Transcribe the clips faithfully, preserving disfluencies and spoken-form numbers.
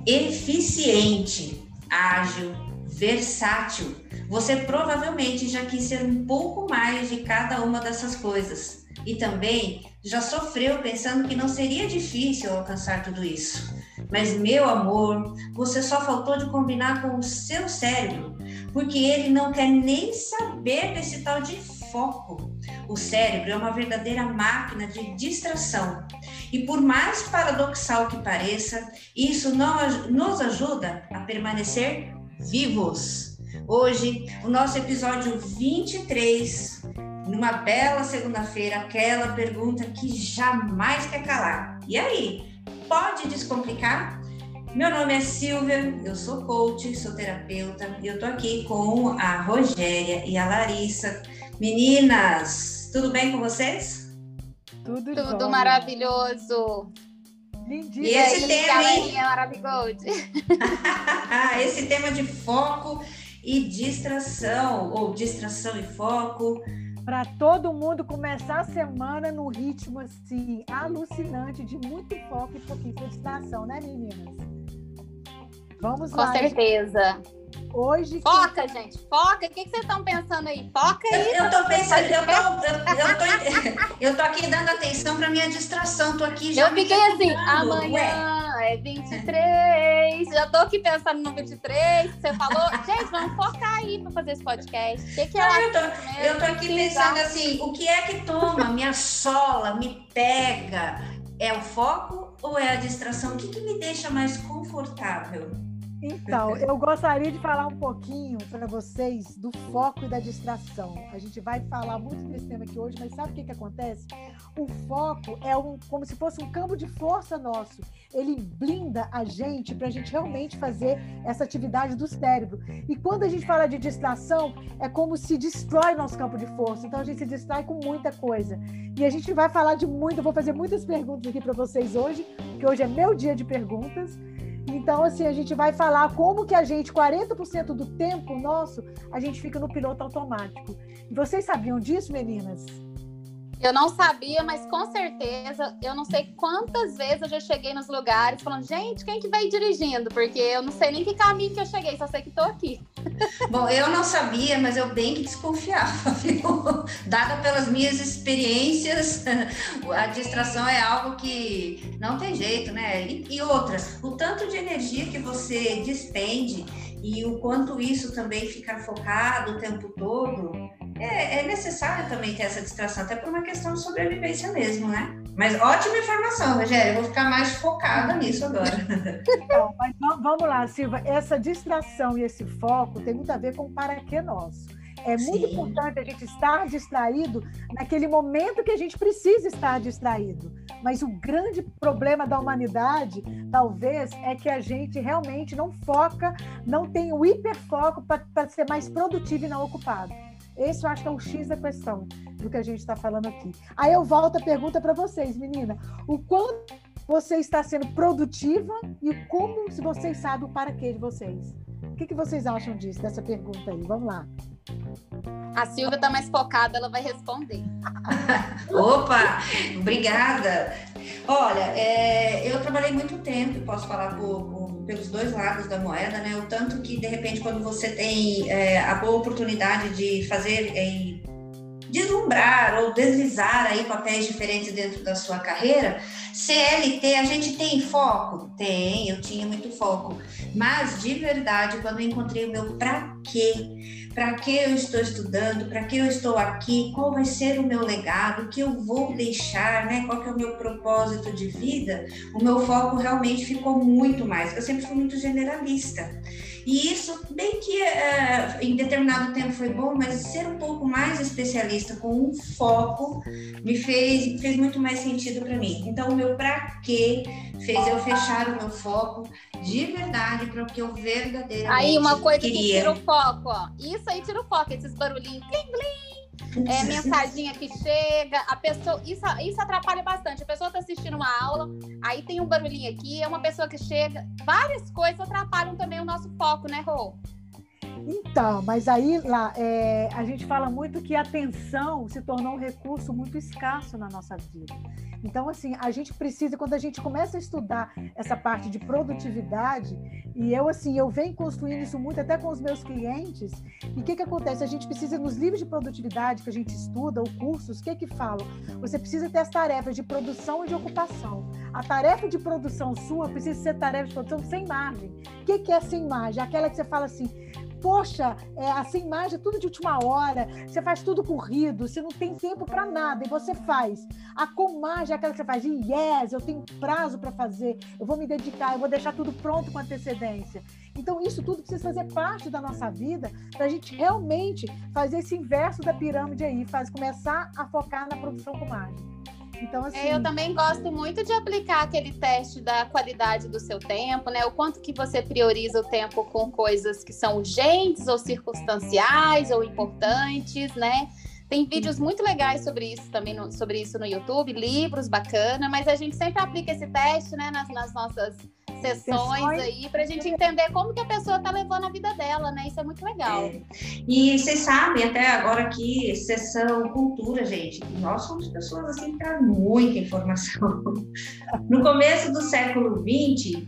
eficiente, ágil, versátil. Você provavelmente já quis ser um pouco mais de cada uma dessas coisas. E também já sofreu pensando que não seria difícil alcançar tudo isso. Mas, meu amor, você só faltou de combinar com o seu cérebro, porque ele não quer nem saber desse tal de foco. O cérebro é uma verdadeira máquina de distração. E por mais paradoxal que pareça, isso não, nos ajuda a permanecer vivos. Hoje, o nosso episódio vinte e três, numa bela segunda-feira, aquela pergunta que jamais quer calar. E aí, pode descomplicar? Meu nome é Silvia, eu sou coach, sou terapeuta e eu tô aqui com a Rogéria e a Larissa. Meninas, tudo bem com vocês? Tudo, Tudo bom. Maravilhoso. Lindíssimo. E esse aí, tema, hein? Maravilhoso. Esse tema de foco e distração, ou distração e foco. Para todo mundo começar a semana no ritmo assim, alucinante, de muito foco e pouquinho distração, né, meninas? Vamos Com lá. Com certeza. Hoje. Foca, que... gente, foca. O que, que vocês estão pensando aí? Foca aí. Eu, eu tô pensando, eu tô, eu, eu, tô, eu tô aqui dando atenção para minha distração, tô aqui já. Eu fiquei assim, amanhã Ué. é vinte e três, já tô aqui pensando no vinte e três, você falou, gente, vamos focar aí para fazer esse podcast. O que, que é Não, eu, tô, eu tô aqui pensando assim, o que é que toma, me assola, me pega? É o foco ou é a distração? O que, que me deixa mais confortável? Então, eu gostaria de falar um pouquinho para vocês do foco e da distração. A gente vai falar muito desse tema aqui hoje, mas sabe o que, que acontece? O foco é um, como se fosse um campo de força nosso. Ele blinda a gente para a gente realmente fazer essa atividade do cérebro. E quando a gente fala de distração, é como se destrói nosso campo de força. Então, a gente se distrai com muita coisa. E a gente vai falar de muito, eu vou fazer muitas perguntas aqui para vocês hoje, porque hoje é meu dia de perguntas. Então, assim, a gente vai falar como que a gente, quarenta por cento do tempo nosso, a gente fica no piloto automático. E vocês sabiam disso, meninas? Eu não sabia, mas com certeza, eu não sei quantas vezes eu já cheguei nos lugares falando, gente, quem que veio dirigindo? Porque eu não sei nem que caminho que eu cheguei, só sei que tô aqui. Bom, eu não sabia, mas eu bem que desconfiava, viu? Dada pelas minhas experiências, a distração é algo que não tem jeito, né? E, e outra, o tanto de energia que você despende e o quanto isso também ficar focado o tempo todo, é, é necessário também ter essa distração, até por uma questão de sobrevivência mesmo, né? Mas ótima informação, Rogério, eu vou ficar mais focada nisso agora. Então, mas vamos lá, Silva, essa distração e esse foco tem muito a ver com o para que nosso. É muito Sim. importante a gente estar distraído naquele momento que a gente precisa estar distraído. Mas o grande problema da humanidade, talvez, é que a gente realmente não foca, não tem o hiperfoco para ser mais produtivo e não ocupado. Esse eu acho que é o X da questão do que a gente está falando aqui. Aí eu volto a pergunta para vocês, menina. O quanto você está sendo produtiva e como se vocês sabem o para quê de vocês? O que, que vocês acham disso, dessa pergunta aí? Vamos lá. A Silvia está mais focada, ela vai responder. Opa, obrigada. Olha, é, eu trabalhei muito tempo, posso falar por, por, pelos dois lados da moeda, né? O tanto que, de repente, quando você tem é, a boa oportunidade de fazer, é, deslumbrar ou deslizar aí papéis diferentes dentro da sua carreira, C L T, a gente tem foco? Tem, eu tinha muito foco. Mas, de verdade, quando eu encontrei o meu pra quê, para que eu estou estudando, para que eu estou aqui, qual vai ser o meu legado, o que eu vou deixar, né? Qual que é o meu propósito de vida, o meu foco realmente ficou muito mais, eu sempre fui muito generalista. E isso, bem que uh, em determinado tempo foi bom, mas ser um pouco mais especialista com um foco me fez, fez muito mais sentido para mim. Então, o meu para quê fez eu fechar o meu foco de verdade para o que eu verdadeiramente Aí, uma coisa queria. que tira o foco, ó. Isso aí tira o foco, esses barulhinhos, plim, plim, é, mensaginha que chega, a pessoa, isso, isso atrapalha bastante. A pessoa tá assistindo uma aula, aí tem um barulhinho aqui, é uma pessoa que chega, várias coisas atrapalham também o nosso foco, né, Rô? Então, mas aí lá é, a gente fala muito que a atenção se tornou um recurso muito escasso na nossa vida. Então, assim, a gente precisa, quando a gente começa a estudar essa parte de produtividade, e eu, assim, eu venho construindo isso muito até com os meus clientes, e o que que acontece? A gente precisa, nos livros de produtividade que a gente estuda, ou cursos, o que que falam? Você precisa ter as tarefas de produção e de ocupação. A tarefa de produção sua precisa ser tarefa de produção sem margem. O que que é sem margem? Aquela que você fala assim, poxa, é, a sem margem é tudo de última hora, você faz tudo corrido, você não tem tempo para nada, e você faz. A com margem é aquela que você faz, yes, eu tenho prazo para fazer, eu vou me dedicar, eu vou deixar tudo pronto com antecedência. Então, isso tudo precisa fazer parte da nossa vida para a gente realmente fazer esse inverso da pirâmide aí, faz, começar a focar na produção com margem. Então, assim... é, eu também gosto muito de aplicar aquele teste da qualidade do seu tempo, né? O quanto que você prioriza o tempo com coisas que são urgentes ou circunstanciais ou importantes, né? Tem vídeos muito legais sobre isso também, no, sobre isso no YouTube, livros bacana, mas a gente sempre aplica esse teste, né, nas, nas nossas sessões aí, pra gente entender como que a pessoa tá levando a vida dela, né? Isso é muito legal. É. E vocês sabem, até agora aqui, sessão cultura, gente, nós somos pessoas assim para muita informação. No começo do século vinte,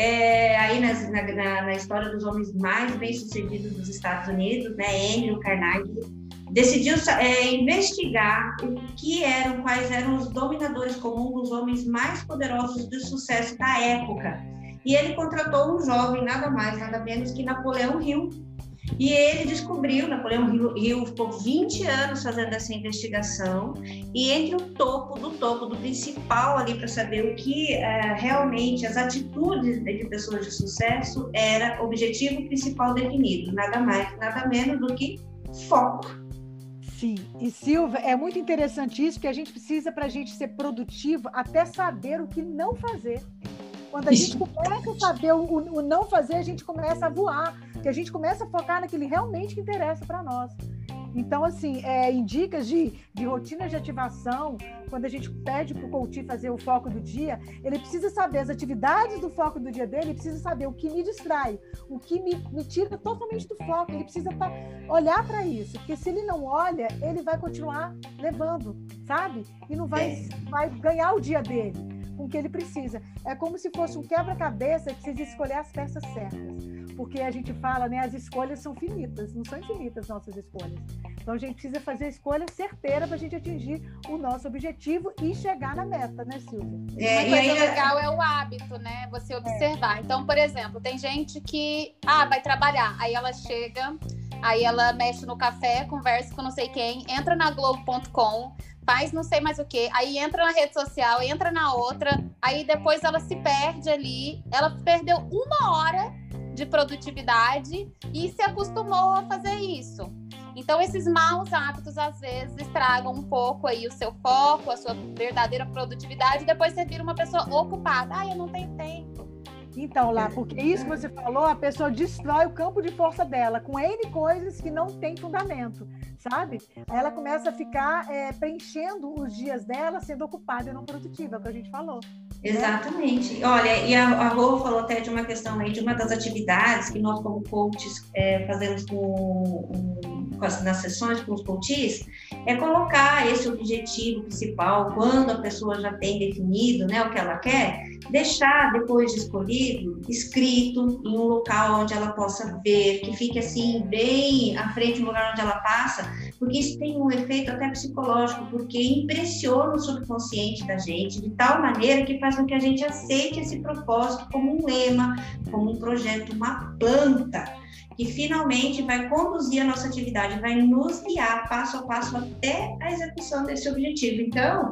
é, aí nas, na, na, na história dos homens mais bem-sucedidos dos Estados Unidos, né, Andrew Carnegie decidiu é, investigar o que eram, quais eram os dominadores comuns dos homens mais poderosos de sucesso da época. E ele contratou um jovem, nada mais, nada menos que Napoleão Hill. E ele descobriu, Napoleão Hill, Hill ficou vinte anos fazendo essa investigação, e entre o topo do topo, do principal ali para saber o que é, realmente, as atitudes de pessoas de sucesso, era o objetivo principal definido, nada mais, nada menos do que foco. Sim, e Silva, é muito interessante isso, porque a gente precisa, para a gente ser produtivo, até saber o que não fazer. Quando a gente começa a saber o, o não fazer, a gente começa a voar, que a gente começa a focar naquilo que realmente interessa para nós. Então, assim, é, em dicas de, de rotinas de ativação, quando a gente pede para o coach fazer o foco do dia, ele precisa saber as atividades do foco do dia dele, ele precisa saber o que me distrai, o que me, me tira totalmente do foco, ele precisa tá, olhar para isso, porque se ele não olha, ele vai continuar levando, sabe? E não vai, vai ganhar o dia dele com o que ele precisa. É como se fosse um quebra-cabeça que precisa escolher as peças certas. Porque a gente fala, né, as escolhas são finitas, não são infinitas nossas escolhas. Então a gente precisa fazer a escolha certeira para a gente atingir o nosso objetivo e chegar na meta, né, Silvia? É, Uma coisa aí... legal é o hábito, né? Você observar. É. Então, por exemplo, tem gente que ah, vai trabalhar, aí ela chega, aí ela mexe no café, conversa com não sei quem, entra na Globo ponto com, faz não sei mais o que, aí entra na rede social, entra na outra, aí depois ela se perde ali, ela perdeu uma hora de produtividade e se acostumou a fazer isso. Então, esses maus hábitos, às vezes, estragam um pouco aí o seu foco, a sua verdadeira produtividade, e depois você vira uma pessoa ocupada. Ah, eu não tenho tempo. Então, lá, porque isso que você falou, a pessoa destrói o campo de força dela com N coisas que não tem fundamento, sabe? Aí ela começa a ficar é, preenchendo os dias dela sendo ocupada e não produtiva, é o que a gente falou. Exatamente. Olha, e a, a Rô falou até de uma questão aí, de uma das atividades que nós, como coaches, é, fazemos com, um, com as, nas sessões com os coaches, é colocar esse objetivo principal, quando a pessoa já tem definido, né, o que ela quer, deixar, depois de escolhido, escrito em um local onde ela possa ver, que fique assim, bem à frente do lugar onde ela passa, porque isso tem um efeito até psicológico, porque impressiona o subconsciente da gente, de tal maneira que faz com que a gente aceite esse propósito como um lema, como um projeto, uma planta, que finalmente vai conduzir a nossa atividade, vai nos guiar passo a passo até a execução desse objetivo. Então,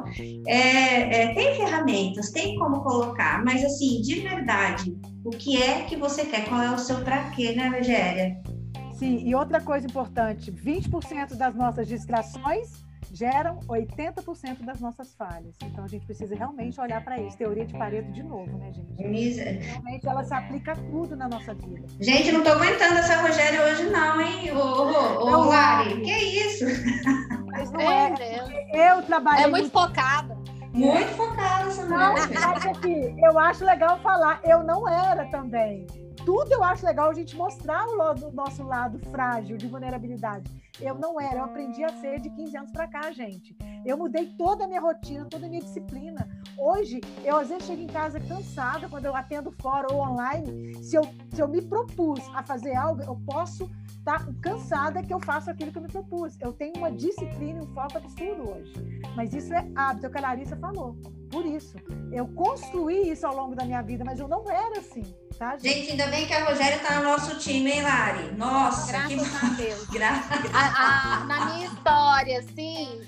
é, é, tem ferramentas, tem como colocar, mas assim, de verdade, o que é que você quer? Qual é o seu pra quê, né, Rogéria? Sim, e outra coisa importante, vinte por cento das nossas distrações geram oitenta por cento das nossas falhas. Então, a gente precisa realmente olhar para isso. Teoria de Pareto de novo, né, gente? Realmente, ela se aplica a tudo na nossa vida. Gente, não tô aguentando essa Rogéria hoje não, hein? Ô, ô, ô, Lari, que isso? Mas não é, é eu trabalhei... É muito focada. Muito focada essa mulher. Não, acho que eu acho legal falar, eu não era também. tudo eu acho legal a gente mostrar o, lado, o nosso lado frágil, de vulnerabilidade. Eu não era, eu aprendi a ser de quinze anos para cá, gente. Eu mudei toda a minha rotina, toda a minha disciplina. Hoje, eu às vezes chego em casa cansada, quando eu atendo fora ou online, se eu, se eu me propus a fazer algo, eu posso estar cansada que eu faço aquilo que eu me propus. Eu tenho uma disciplina e um foco absurdo hoje. Mas isso é hábito, é o que a Larissa falou. Por isso, eu construí isso ao longo da minha vida, mas eu não era assim, tá, gente? Gente, ainda bem que a Rogéria tá no nosso time, hein, Lari? Nossa, graças que... a Deus. Graças a, a, na minha história, assim,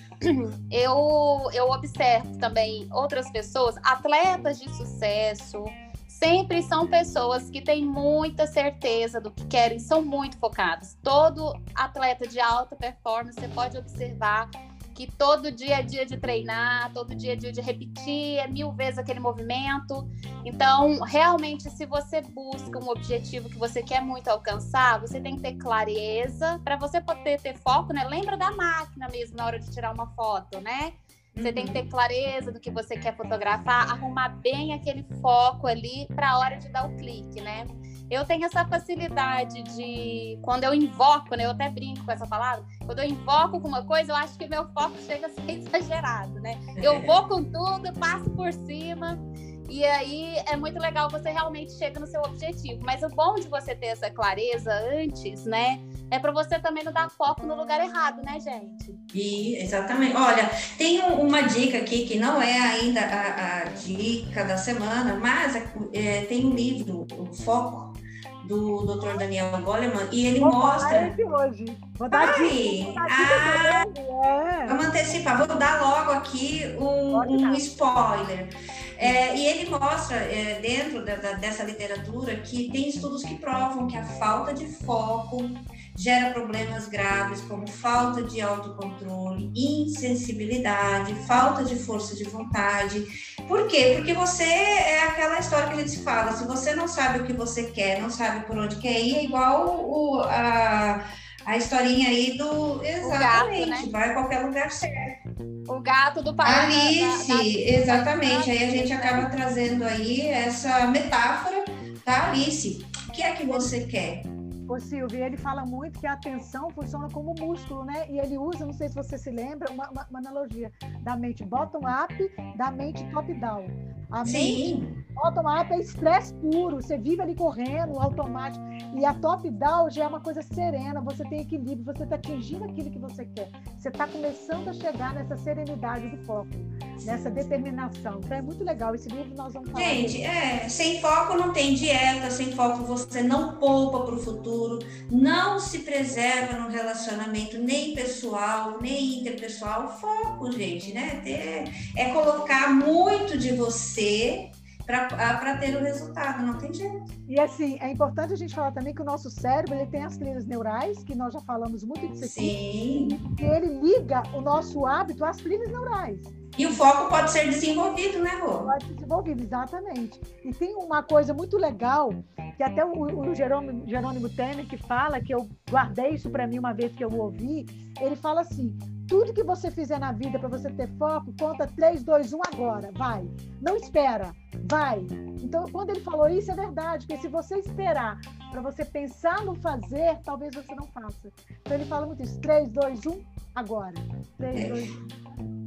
eu, eu observo também outras pessoas, atletas de sucesso, sempre são pessoas que têm muita certeza do que querem, são muito focados. Todo atleta de alta performance, você pode observar que todo dia é dia de treinar, todo dia é dia de repetir, é mil vezes aquele movimento. Então, realmente, se você busca um objetivo que você quer muito alcançar, você tem que ter clareza para você poder ter foco, né? Lembra da máquina mesmo na hora de tirar uma foto, né? Você uhum. tem que ter clareza do que você quer fotografar, arrumar bem aquele foco ali para a hora de dar o clique, né? Eu tenho essa facilidade de, quando eu invoco, né? Eu até brinco com essa palavra, quando eu invoco com uma coisa, eu acho que meu foco chega a ser exagerado, né? Eu vou com tudo, passo por cima, e aí é muito legal, você realmente chega no seu objetivo. Mas o bom de você ter essa clareza antes, né? É para você também não dar foco no lugar errado, né, gente? E, exatamente. Olha, tem um, uma dica aqui que não é ainda a, a dica da semana, mas é, tem um livro, O Foco, do doutor Daniel Goleman, e ele vou mostra... hoje. Vou dar Ai, ah, é. Vamos antecipar, vou dar logo aqui um, um spoiler. É, e ele mostra, é, dentro da, da, dessa literatura, que tem estudos que provam que a falta de foco gera problemas graves como falta de autocontrole, insensibilidade, falta de força de vontade. Por quê? Porque você é aquela história que a gente fala, se você não sabe o que você quer, não sabe por onde quer ir, é igual o, a, a historinha aí do... Exatamente, gato, né? vai a qualquer lugar certo. O gato do pai. Alice, da, da, da... exatamente, aí a gente acaba trazendo aí essa metáfora da Alice. O que é que você quer? Ô Silvia, ele fala muito que a atenção funciona como músculo, né? E ele usa, não sei se você se lembra, uma, uma, uma analogia da mente bottom-up, da mente top-down. A Sim. mente bottom-up é estresse puro, você vive ali correndo, automático. E a top-down já é uma coisa serena, você tem equilíbrio, você está atingindo aquilo que você quer. Você está começando a chegar nessa serenidade do foco, nessa determinação. Então é muito legal, esse livro nós vamos falar. Gente, é, sem foco não tem dieta, sem foco você não poupa para o futuro, não se preserva no relacionamento nem pessoal, nem interpessoal. Foco, gente, né? Ter, é colocar muito de você para ter o resultado, não tem jeito. E assim, é importante a gente falar também que o nosso cérebro ele tem as trilhas neurais, que nós já falamos muito disso aqui. Sim. E ele liga o nosso hábito às trilhas neurais. E o foco pode ser desenvolvido, né, Rô? Pode ser desenvolvido, exatamente. E tem uma coisa muito legal, que até o, o Jerônimo, Jerônimo Temer que fala, que eu guardei isso para mim uma vez que eu ouvi, ele fala assim, tudo que você fizer na vida para você ter foco, conta três, dois, um agora, vai. Não espera, vai. Então, quando ele falou isso, é verdade, porque se você esperar para você pensar no fazer, talvez você não faça. Então, ele fala muito isso, três, dois, um, agora. três, dois, um.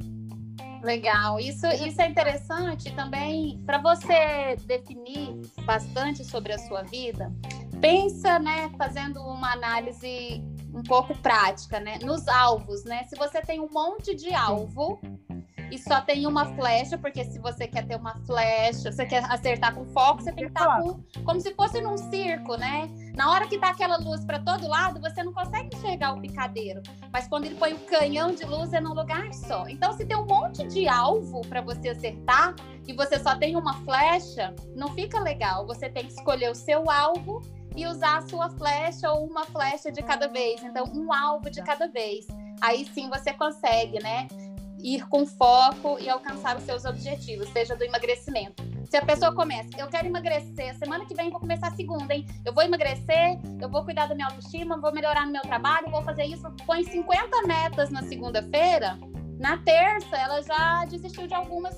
Legal, isso, isso é interessante também para você definir bastante sobre a sua vida. Pensa, né, fazendo uma análise um pouco prática, né, nos alvos, né? Se você tem um monte de alvo e só tem uma flecha, porque se você quer ter uma flecha, você quer acertar com foco, você tem que estar com, como se fosse num circo, né? Na hora que tá aquela luz para todo lado, você não consegue enxergar o picadeiro. Mas quando ele põe o canhão de luz, é num lugar só. Então, se tem um monte de alvo para você acertar e você só tem uma flecha, não fica legal. Você tem que escolher o seu alvo e usar a sua flecha ou uma flecha de cada vez. Então, um alvo de cada vez. Aí sim você consegue, né? Ir com foco e alcançar os seus objetivos, seja do emagrecimento. Se a pessoa começa, eu quero emagrecer, semana que vem vou começar a segunda, hein? Eu vou emagrecer, eu vou cuidar da minha autoestima, vou melhorar no meu trabalho, vou fazer isso, põe cinquenta metas na segunda-feira, na terça ela já desistiu de algumas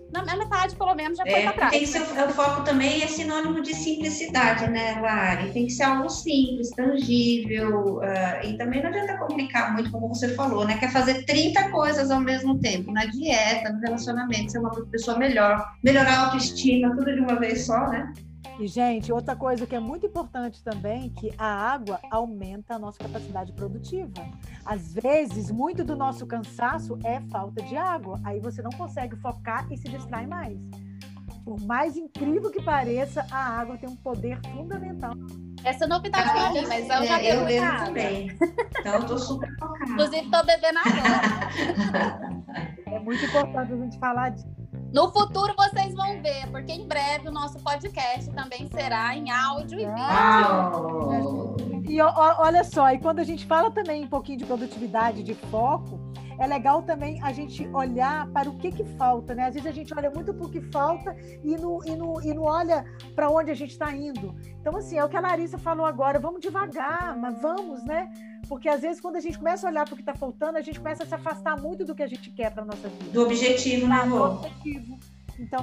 na metade, pelo menos, já foi É, para trás. tem que ser, o foco também é sinônimo de simplicidade, né, Lari? Tem que ser algo simples, tangível, uh, e também não adianta complicar muito, como você falou, né? Quer fazer trinta coisas ao mesmo tempo, na dieta, no relacionamento, ser uma pessoa melhor, melhorar a autoestima, tudo de uma vez só, né? E, gente, outra coisa que é muito importante também, que a água aumenta a nossa capacidade produtiva. Às vezes, muito do nosso cansaço é falta de água. Aí você não consegue focar e se distrai mais. Por mais incrível que pareça, a água tem um poder fundamental. Essa é novidade para mim, mas eu já é, eu bebo bebo água. também. Então, eu tô super focada. Inclusive, estou bebendo agora. É muito importante a gente falar disso. No futuro vocês vão ver, porque em breve o nosso podcast também será em áudio e vídeo. Oh. E ó, olha só, e quando a gente fala também um pouquinho de produtividade, de foco, é legal também a gente olhar para o que que falta, né? Às vezes a gente olha muito para o que falta e não, e não, e não olha para onde a gente está indo. Então, assim, é o que a Larissa falou agora, vamos devagar, mas vamos, né? Porque às vezes quando a gente começa a olhar para o que está faltando, a gente começa a se afastar muito do que a gente quer para a nossa vida. Do objetivo, né, Do amor? objetivo. Então,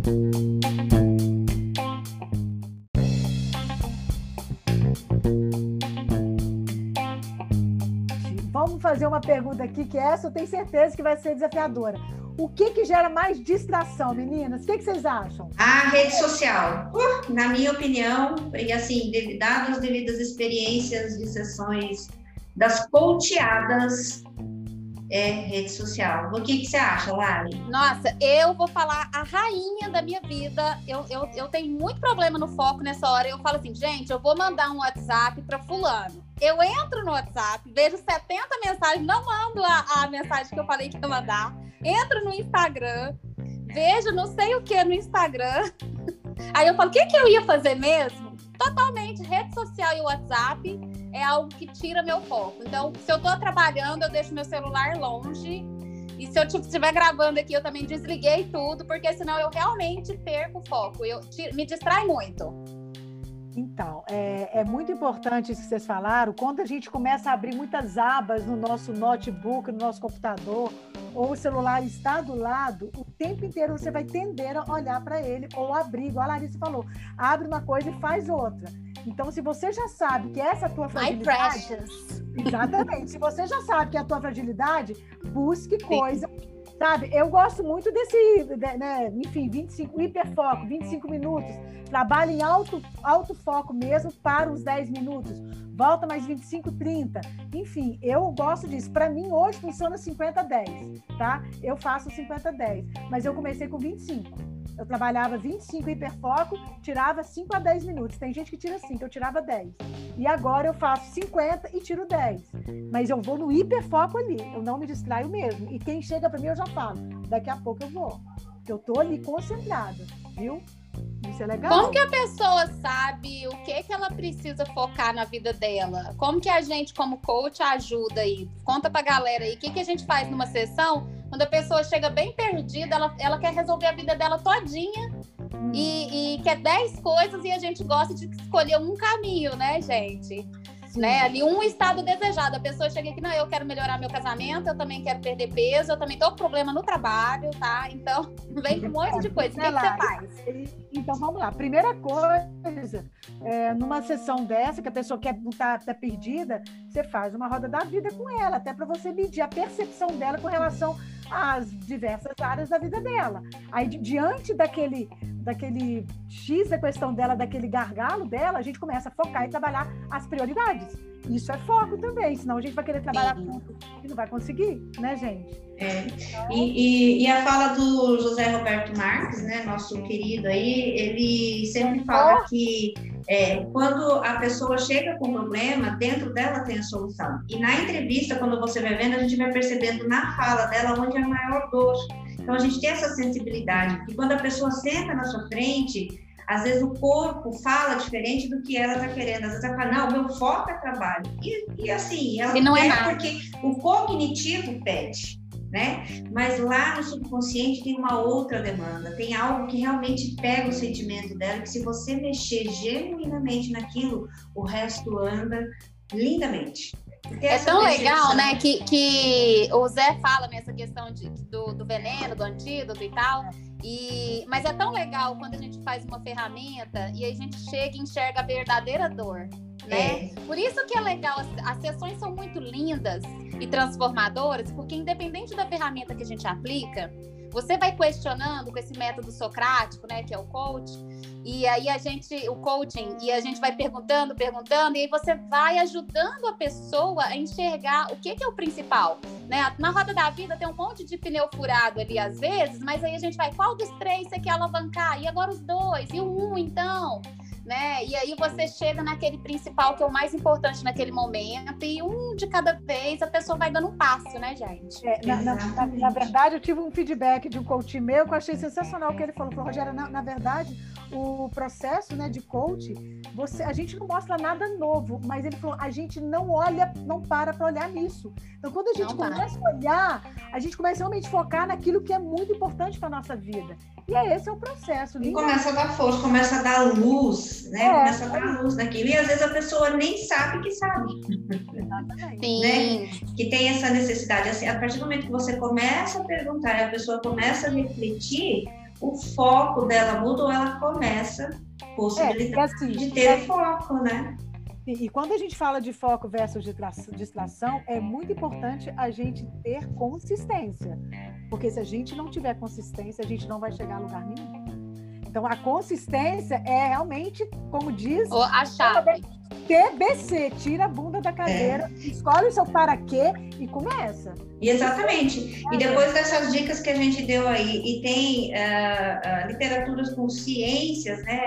vamos fazer uma pergunta aqui, que essa eu tenho certeza que vai ser desafiadora. O que que gera mais distração, meninas? O que que vocês acham? A rede social, uh, na minha opinião, e assim, dadas as devidas experiências de sessões das coacheadas, é rede social. O que que você acha, Lari? Nossa, eu vou falar a rainha da minha vida. Eu, eu, eu tenho muito problema no foco nessa hora. Eu falo assim, gente, eu vou mandar um WhatsApp para fulano. Eu entro no WhatsApp, vejo setenta mensagens, não mando a, a mensagem que eu falei que ia mandar. Entro no Instagram, vejo não sei o que no Instagram. Aí eu falo, o que que eu ia fazer mesmo? Totalmente, rede social e WhatsApp é algo que tira meu foco. Então, se eu tô trabalhando, eu deixo meu celular longe. E se eu estiver gravando aqui, eu também desliguei tudo, porque senão eu realmente perco o foco. Eu tiro, me distrai muito. Então, é, é muito importante isso que vocês falaram. Quando a gente começa a abrir muitas abas no nosso notebook, no nosso computador, ou o celular está do lado, o tempo inteiro você vai tender a olhar para ele ou abrir, igual a Larissa falou. Abre uma coisa e faz outra. Então, se você já sabe que essa é a tua fragilidade... My precious. Exatamente. Se você já sabe que é a tua fragilidade, busque coisa... Sabe, eu gosto muito desse, né, enfim, vinte e cinco, hiperfoco, vinte e cinco minutos, trabalho em alto, alto foco mesmo para os dez minutos, volta mais vinte e cinco, trinta, enfim, eu gosto disso. Para mim, hoje funciona cinquenta a dez, tá? Eu faço cinquenta a dez, mas eu comecei com vinte e cinco. Eu trabalhava vinte e cinco hiperfoco, tirava cinco a dez minutos. Tem gente que tira cinco, eu tirava dez. E agora eu faço cinquenta e tiro dez. Mas eu vou no hiperfoco ali, eu não me distraio mesmo. E quem chega para mim, eu já falo, daqui a pouco eu vou. Porque eu tô ali concentrada, viu? Isso é legal. Como que a pessoa sabe o que que ela precisa focar na vida dela? Como que a gente, como coach, ajuda aí? Conta pra galera aí, o que que a gente faz numa sessão quando a pessoa chega bem perdida, ela, ela quer resolver a vida dela todinha hum. e, e quer dez coisas e a gente gosta de escolher um caminho, né, gente? Né? Ali um estado desejado. A pessoa chega aqui, não, eu quero melhorar meu casamento, eu também quero perder peso, eu também tô com problema no trabalho, tá? Então, vem com um monte de coisa. O que, que você faz? Então, vamos lá. Primeira coisa, é, numa sessão dessa, que a pessoa quer estar tá, tá perdida, você faz uma roda da vida com ela, até para você medir a percepção dela com relação às diversas áreas da vida dela. Aí, diante daquele, daquele X da questão dela, daquele gargalo dela, a gente começa a focar e trabalhar as prioridades. Isso é foco também, senão a gente vai querer trabalhar tudo e não vai conseguir, né, gente? É. E, e, e a fala do José Roberto Marques, né, nosso querido aí, ele sempre fala que é, quando a pessoa chega com um problema, dentro dela tem a solução. E na entrevista, quando você vai vendo, a gente vai percebendo na fala dela onde é a maior dor. Então, a gente tem essa sensibilidade, porque quando a pessoa senta na sua frente, às vezes o corpo fala diferente do que ela está querendo. Às vezes ela fala, não, meu foco é trabalho. E, e assim, ela e não quer é nada. Porque o cognitivo pede, né? Mas lá no subconsciente tem uma outra demanda, tem algo que realmente pega o sentimento dela, que se você mexer genuinamente naquilo, o resto anda lindamente. É tão legal, né, que, que o Zé fala nessa questão de, do, do veneno, do antídoto e tal, E, mas é tão legal quando a gente faz uma ferramenta e a gente chega e enxerga a verdadeira dor, né? É. Por isso que é legal, as, as sessões são muito lindas e transformadoras, porque independente da ferramenta que a gente aplica, você vai questionando com esse método socrático, né, que é o coach, e aí a gente, o coaching, e a gente vai perguntando, perguntando, e aí você vai ajudando a pessoa a enxergar o que, que é o principal, né? Na roda da vida tem um monte de pneu furado ali às vezes, mas aí a gente vai, qual dos três você quer alavancar? E agora os dois? E o um, então? Né? E aí você chega naquele principal que é o mais importante naquele momento e um de cada vez a pessoa vai dando um passo, né, gente? É, na, na, na, na verdade, eu tive um feedback de um coach meu que eu achei sensacional, que ele falou, falou Rogéria, na, na verdade, o processo, né, de coach, você, a gente não mostra nada novo, mas ele falou, a gente não olha, não para para olhar nisso. Então, quando a gente não começa para. a olhar, a gente começa realmente a focar naquilo que é muito importante para nossa vida. E é esse é o processo. E começa a dar força, começa a dar luz, né? É, começa a dar luz naquilo. E às vezes a pessoa nem sabe que sabe. Exatamente. Né? Que tem essa necessidade. Assim, a partir do momento que você começa a perguntar e a pessoa começa a refletir, o foco dela muda ou ela começa a possibilidade é, assim, de ter é... foco, né? E quando a gente fala de foco versus distração, é muito importante a gente ter consistência. Porque se a gente não tiver consistência, a gente não vai chegar a lugar nenhum. Então, a consistência é realmente, como diz... Ou a chave. T B C, tira a bunda da cadeira, é. escolhe o seu para quê e começa. Exatamente. E depois dessas dicas que a gente deu aí, e tem uh, uh, literaturas com ciências, né,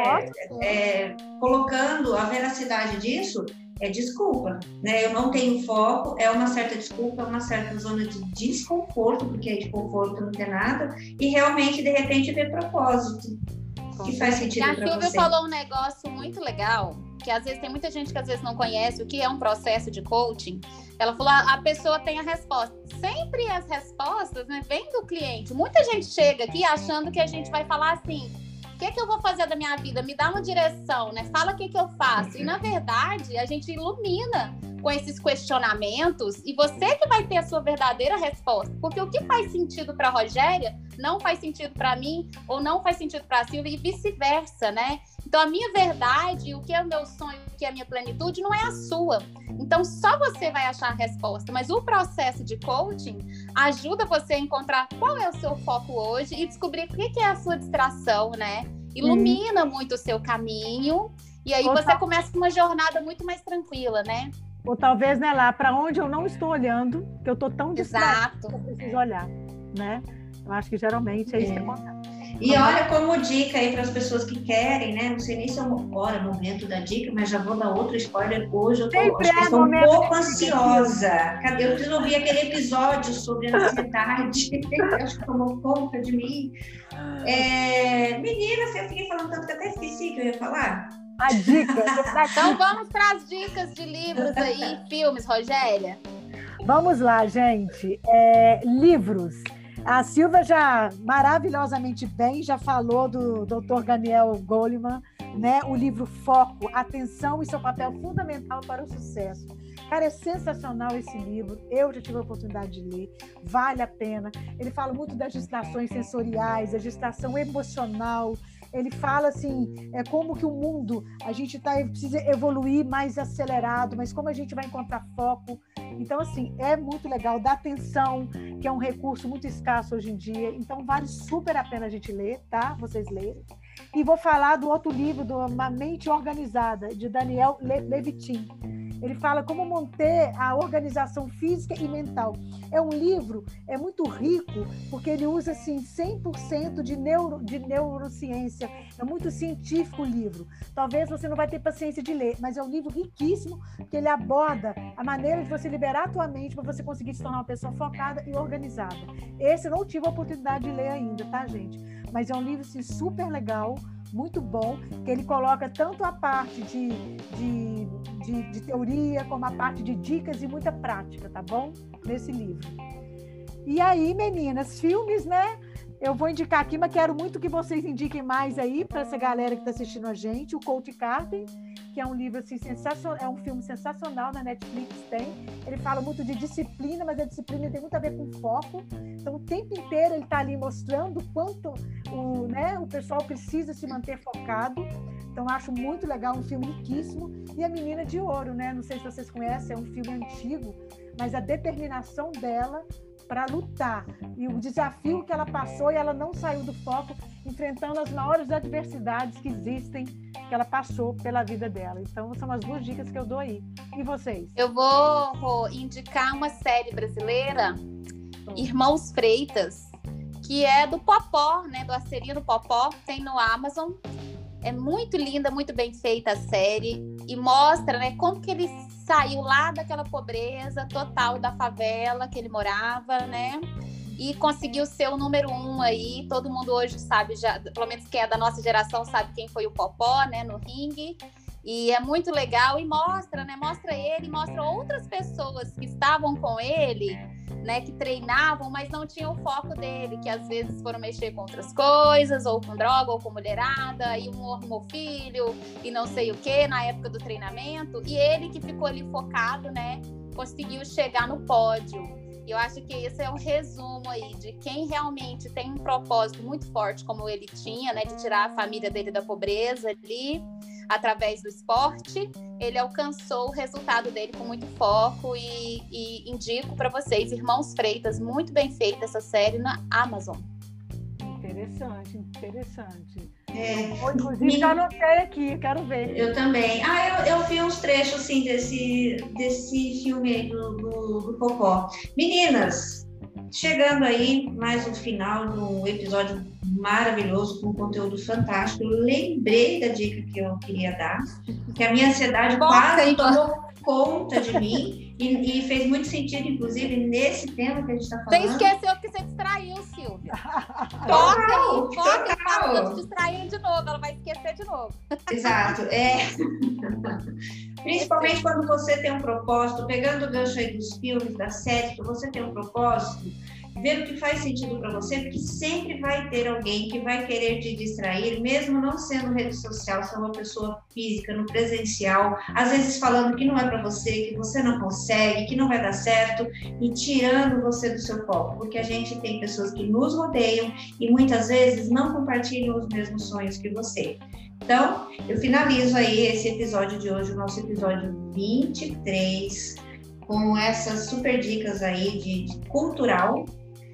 é, colocando a veracidade disso, é desculpa, né? Eu não tenho foco, é uma certa desculpa, é uma certa zona de desconforto, porque de conforto não tem nada, e realmente, de repente, ver propósito, que faz sentido para você. A Silvia falou um negócio muito legal, que às vezes tem muita gente que às vezes não conhece o que é um processo de coaching. Ela falou, a, a pessoa tem a resposta. Sempre as respostas, né, vêm do cliente. Muita gente chega aqui achando que a gente vai falar assim, o que, que eu vou fazer da minha vida? Me dá uma direção, né? Fala o que, que eu faço. E, na verdade, a gente ilumina com esses questionamentos e você que vai ter a sua verdadeira resposta. Porque o que faz sentido para a Rogéria não faz sentido para mim ou não faz sentido para a Silvia e vice-versa, né? Então, a minha verdade, o que é o meu sonho, o que é a minha plenitude, não é a sua. Então, só você vai achar a resposta. Mas o processo de coaching ajuda você a encontrar qual é o seu foco hoje e descobrir o que é a sua distração, né? Ilumina hum. muito o seu caminho e aí ou você tal... começa uma jornada muito mais tranquila, né? Ou talvez, né, lá para onde eu não estou olhando, que eu estou tão distraída que eu preciso olhar, né? Eu acho que geralmente é, é. isso que acontece. E olha, como dica aí para as pessoas que querem, né? Não sei nem se é hora, momento da dica, mas já vou dar outro spoiler. Hoje eu tô, acho que é estou um pouco ansiosa. Cadê? Eu preciso ouvir aquele episódio sobre ansiedade. Acho que tomou conta de mim. É... Menina, eu fiquei falando tanto que até esqueci que eu ia falar. A dica. Então vamos para as dicas de livros aí, filmes, Rogéria. Vamos lá, gente. É, livros. A Silvia já maravilhosamente bem já falou do doutor Daniel Goleman, né? O livro Foco, Atenção e seu papel fundamental para o sucesso. Cara, é sensacional esse livro. Eu já tive a oportunidade de ler. Vale a pena. Ele fala muito das distrações sensoriais, da distração emocional. Ele fala assim, é como que o mundo, a gente tá, precisa evoluir mais acelerado, mas como a gente vai encontrar foco. Então, assim, é muito legal. Dá atenção, que é um recurso muito escasso hoje em dia. Então, vale super a pena a gente ler, tá? Vocês lerem. E vou falar do outro livro, do Uma Mente Organizada, de Daniel Le- Levitin. Ele fala como manter a organização física e mental. É um livro, é muito rico, porque ele usa assim, cem por cento de, neuro, de neurociência. É muito científico o livro. Talvez você não vai ter paciência de ler, mas é um livro riquíssimo, porque ele aborda a maneira de você liberar a tua mente para você conseguir se tornar uma pessoa focada e organizada. Esse eu não tive a oportunidade de ler ainda, tá, gente? Mas é um livro assim, super legal, muito bom, que ele coloca tanto a parte de, de, de, de teoria, como a parte de dicas e muita prática, tá bom? Nesse livro. E aí, meninas, filmes, né? Eu vou indicar aqui, mas quero muito que vocês indiquem mais aí para essa galera que está assistindo a gente, o Coach Carter, que é um livro assim, sensacional, é um filme sensacional, na Netflix tem. Ele fala muito de disciplina, mas a disciplina tem muito a ver com foco. Então, o tempo inteiro ele está ali mostrando o quanto o, né, o pessoal precisa se manter focado. Então, acho muito legal, um filme riquíssimo. E A Menina de Ouro, né? Não sei se vocês conhecem, é um filme antigo, mas a determinação dela para lutar e o desafio que ela passou, e ela não saiu do foco, enfrentando as maiores adversidades que existem, que ela passou pela vida dela. Então, são as duas dicas que eu dou aí. E vocês? Eu vou, vou indicar uma série brasileira, Irmãos Freitas, que é do Popó, né? Do Acerino Popó, tem no Amazon. É muito linda, muito bem feita a série e mostra, né, como que ele saiu lá daquela pobreza total da favela que ele morava, né? E conseguiu ser o número um aí. Todo mundo hoje sabe, já, pelo menos quem é da nossa geração sabe quem foi o Popó, né, no ringue. E é muito legal e mostra, né? Mostra ele, mostra outras pessoas que estavam com ele, né? Que treinavam, mas não tinham o foco dele, que às vezes foram mexer com outras coisas, ou com droga, ou com mulherada, e um arrumou filho, e não sei o que, na época do treinamento. E ele que ficou ali focado, né? Conseguiu chegar no pódio. E eu acho que esse é um resumo aí de quem realmente tem um propósito muito forte, como ele tinha, né? De tirar a família dele da pobreza ali, através do esporte. Ele alcançou o resultado dele com muito foco e, e indico para vocês, Irmãos Freitas, muito bem feita essa série na Amazon. Interessante, interessante. É, eu, inclusive, já anotei aqui, quero ver. Eu também. Ah, eu, eu vi uns trechos, sim, desse, desse filme aí do, do, do Popó. Meninas, chegando aí, mais um final do episódio maravilhoso, com conteúdo fantástico. Eu lembrei da dica que eu queria dar, que a minha ansiedade Bom, quase então. tomou conta de mim e, e fez muito sentido, inclusive, nesse tema que a gente está falando. Você esqueceu porque você distraiu, Silvia. Foca aí, foca e fala, vou te distrair de novo, ela vai esquecer de novo. Exato, é. Principalmente quando você tem um propósito, pegando o gancho aí dos filmes, das séries, quando você tem um propósito, ver o que faz sentido para você, porque sempre vai ter alguém que vai querer te distrair, mesmo não sendo rede social, sendo uma pessoa física, no presencial, às vezes falando que não é para você, que você não consegue, que não vai dar certo, e tirando você do seu foco, porque a gente tem pessoas que nos rodeiam e muitas vezes não compartilham os mesmos sonhos que você. Então, eu finalizo aí esse episódio de hoje, o nosso episódio vinte e três, com essas super dicas aí de, de cultural,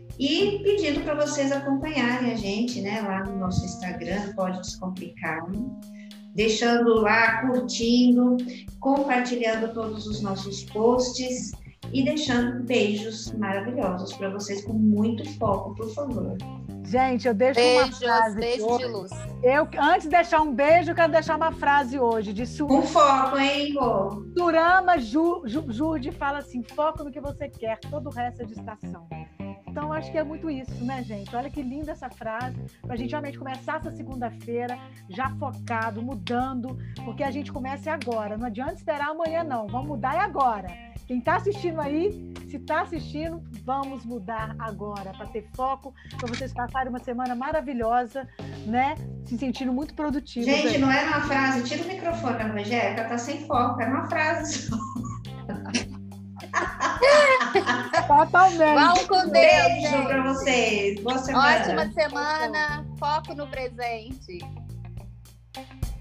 e pedindo para vocês acompanharem a gente, né, lá no nosso Instagram, Pode Descomplicar, deixando lá, curtindo, compartilhando todos os nossos posts e deixando beijos maravilhosos para vocês com muito foco, por favor. Gente, eu deixo Beijos, uma frase beijo de luz. Eu, antes de deixar um beijo, eu quero deixar uma frase hoje de Su... Com foco, hein, Rô? Surama Ju, Ju, Jurde fala assim: foco no que você quer, todo o resto é distração. Então, acho que é muito isso, né, gente? Olha que linda essa frase, para a gente realmente começar essa segunda-feira já focado, mudando, porque a gente começa agora, não adianta esperar amanhã, não, vamos mudar é agora. Quem está assistindo aí, se está assistindo, vamos mudar agora, para ter foco, para vocês passarem uma semana maravilhosa, né? Se sentindo muito produtivos. Gente, aí. não era uma frase, tira o microfone, a Angélica tá sem foco, era uma frase só. Totalmente. Vamos com Deus, Beijo gente. para vocês. Boa semana. Ótima semana. Foco no presente.